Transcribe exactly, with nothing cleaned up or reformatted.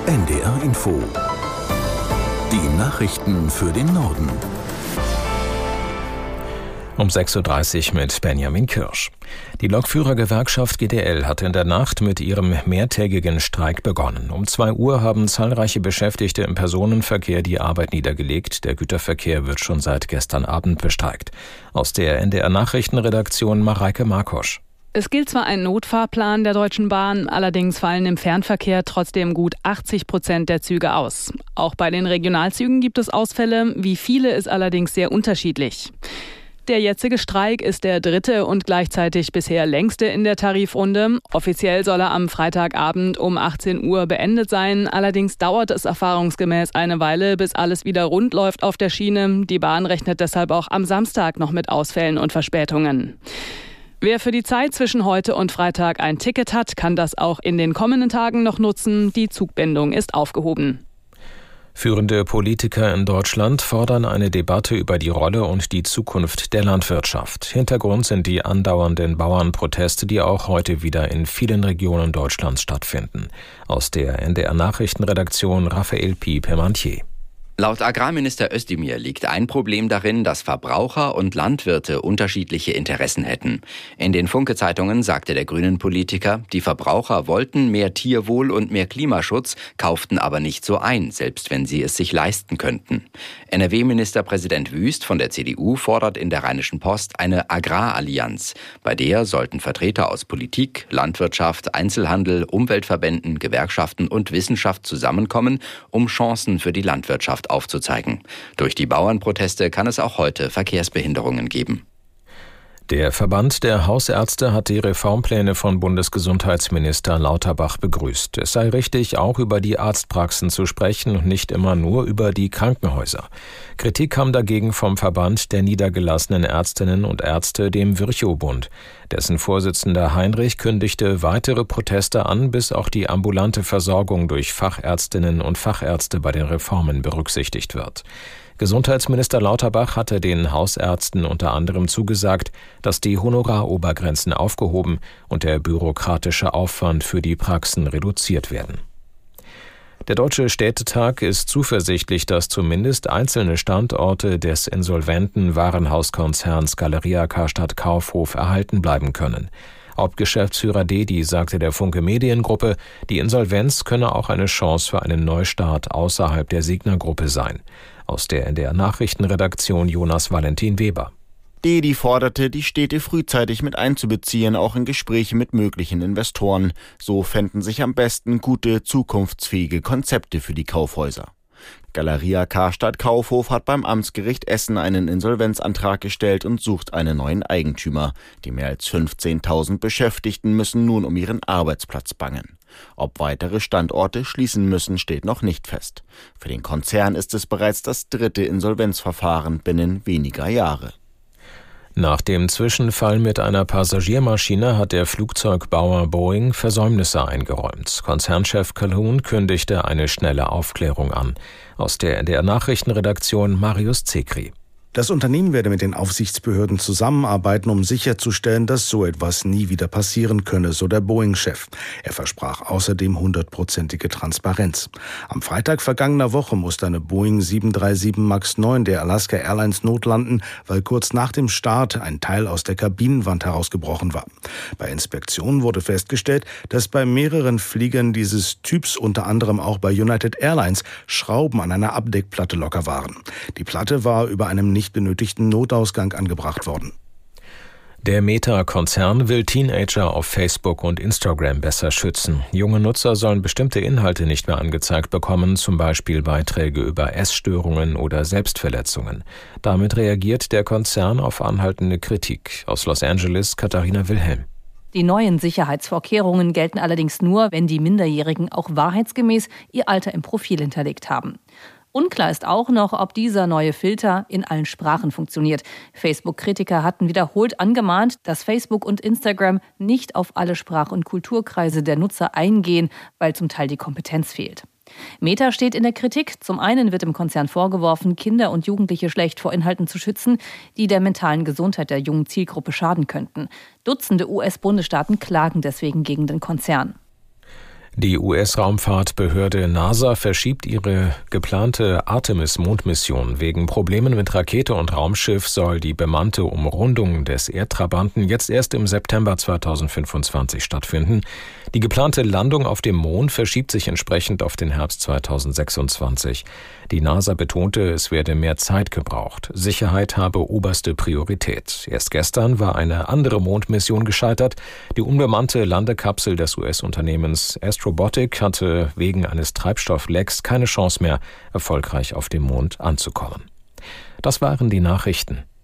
N D R Info. Die Nachrichten für den Norden. Um sechs Uhr dreißig mit Benjamin Kirsch. Die Lokführergewerkschaft G D L hat in der Nacht mit ihrem mehrtägigen Streik begonnen. Um zwei Uhr haben zahlreiche Beschäftigte im Personenverkehr die Arbeit niedergelegt. Der Güterverkehr wird schon seit gestern Abend bestreikt. Aus der N D R Nachrichtenredaktion Mareike Markosch. Es gilt zwar ein Notfahrplan der Deutschen Bahn, allerdings fallen im Fernverkehr trotzdem gut achtzig Prozent der Züge aus. Auch bei den Regionalzügen gibt es Ausfälle, wie viele ist allerdings sehr unterschiedlich. Der jetzige Streik ist der dritte und gleichzeitig bisher längste in der Tarifrunde. Offiziell soll er am Freitagabend um achtzehn Uhr beendet sein. Allerdings dauert es erfahrungsgemäß eine Weile, bis alles wieder rund läuft auf der Schiene. Die Bahn rechnet deshalb auch am Samstag noch mit Ausfällen und Verspätungen. Wer für die Zeit zwischen heute und Freitag ein Ticket hat, kann das auch in den kommenden Tagen noch nutzen. Die Zugbindung ist aufgehoben. Führende Politiker in Deutschland fordern eine Debatte über die Rolle und die Zukunft der Landwirtschaft. Hintergrund sind die andauernden Bauernproteste, die auch heute wieder in vielen Regionen Deutschlands stattfinden. Aus der N D R Nachrichtenredaktion Raphael Pi-Permantier. Laut Agrarminister Özdemir liegt ein Problem darin, dass Verbraucher und Landwirte unterschiedliche Interessen hätten. In den Funke-Zeitungen sagte der Grünen-Politiker, die Verbraucher wollten mehr Tierwohl und mehr Klimaschutz, kauften aber nicht so ein, selbst wenn sie es sich leisten könnten. N R W-Ministerpräsident Wüst von der C D U fordert in der Rheinischen Post eine Agrarallianz. Bei der sollten Vertreter aus Politik, Landwirtschaft, Einzelhandel, Umweltverbänden, Gewerkschaften und Wissenschaft zusammenkommen, um Chancen für die Landwirtschaft aufzuzeigen. Durch die Bauernproteste kann es auch heute Verkehrsbehinderungen geben. Der Verband der Hausärzte hat die Reformpläne von Bundesgesundheitsminister Lauterbach begrüßt. Es sei richtig, auch über die Arztpraxen zu sprechen und nicht immer nur über die Krankenhäuser. Kritik kam dagegen vom Verband der niedergelassenen Ärztinnen und Ärzte, dem Virchow-Bund. Dessen Vorsitzender Heinrich kündigte weitere Proteste an, bis auch die ambulante Versorgung durch Fachärztinnen und Fachärzte bei den Reformen berücksichtigt wird. Gesundheitsminister Lauterbach hatte den Hausärzten unter anderem zugesagt, dass die Honorarobergrenzen aufgehoben und der bürokratische Aufwand für die Praxen reduziert werden. Der Deutsche Städtetag ist zuversichtlich, dass zumindest einzelne Standorte des insolventen Warenhauskonzerns Galeria Karstadt Kaufhof erhalten bleiben können. Hauptgeschäftsführer Dedi sagte der Funke Mediengruppe, die Insolvenz könne auch eine Chance für einen Neustart außerhalb der Signa-Gruppe sein. Aus der N D R Nachrichtenredaktion Jonas Valentin Weber. Dedi forderte, die Städte frühzeitig mit einzubeziehen, auch in Gespräche mit möglichen Investoren. So fänden sich am besten gute, zukunftsfähige Konzepte für die Kaufhäuser. Galeria Karstadt Kaufhof hat beim Amtsgericht Essen einen Insolvenzantrag gestellt und sucht einen neuen Eigentümer. Die mehr als fünfzehntausend Beschäftigten müssen nun um ihren Arbeitsplatz bangen. Ob weitere Standorte schließen müssen, steht noch nicht fest. Für den Konzern ist es bereits das dritte Insolvenzverfahren binnen weniger Jahre. Nach dem Zwischenfall mit einer Passagiermaschine hat der Flugzeugbauer Boeing Versäumnisse eingeräumt. Konzernchef Calhoun kündigte eine schnelle Aufklärung an. Aus der N D R Nachrichtenredaktion Marius Zekri. Das Unternehmen werde mit den Aufsichtsbehörden zusammenarbeiten, um sicherzustellen, dass so etwas nie wieder passieren könne, so der Boeing-Chef. Er versprach außerdem hundertprozentige Transparenz. Am Freitag vergangener Woche musste eine Boeing sieben drei sieben Max neun der Alaska Airlines notlanden, weil kurz nach dem Start ein Teil aus der Kabinenwand herausgebrochen war. Bei Inspektionen wurde festgestellt, dass bei mehreren Fliegern dieses Typs, unter anderem auch bei United Airlines, Schrauben an einer Abdeckplatte locker waren. Die Platte war über einem nicht benötigten Notausgang angebracht worden. Der Meta-Konzern will Teenager auf Facebook und Instagram besser schützen. Junge Nutzer sollen bestimmte Inhalte nicht mehr angezeigt bekommen, zum Beispiel Beiträge über Essstörungen oder Selbstverletzungen. Damit reagiert der Konzern auf anhaltende Kritik. Aus Los Angeles, Katharina Wilhelm. Die neuen Sicherheitsvorkehrungen gelten allerdings nur, wenn die Minderjährigen auch wahrheitsgemäß ihr Alter im Profil hinterlegt haben. Unklar ist auch noch, ob dieser neue Filter in allen Sprachen funktioniert. Facebook-Kritiker hatten wiederholt angemahnt, dass Facebook und Instagram nicht auf alle Sprach- und Kulturkreise der Nutzer eingehen, weil zum Teil die Kompetenz fehlt. Meta steht in der Kritik. Zum einen wird dem Konzern vorgeworfen, Kinder und Jugendliche schlecht vor Inhalten zu schützen, die der mentalen Gesundheit der jungen Zielgruppe schaden könnten. Dutzende U S-Bundesstaaten klagen deswegen gegen den Konzern. Die U S-Raumfahrtbehörde NASA verschiebt ihre geplante Artemis-Mondmission. Wegen Problemen mit Rakete und Raumschiff soll die bemannte Umrundung des Erdtrabanten jetzt erst im September zweitausendfünfundzwanzig stattfinden. Die geplante Landung auf dem Mond verschiebt sich entsprechend auf den Herbst zweitausendsechsundzwanzig. Die NASA betonte, es werde mehr Zeit gebraucht. Sicherheit habe oberste Priorität. Erst gestern war eine andere Mondmission gescheitert. Die unbemannte Landekapsel des U S-Unternehmens Astrobotic hatte wegen eines Treibstofflecks keine Chance mehr, erfolgreich auf dem Mond anzukommen. Das waren die Nachrichten.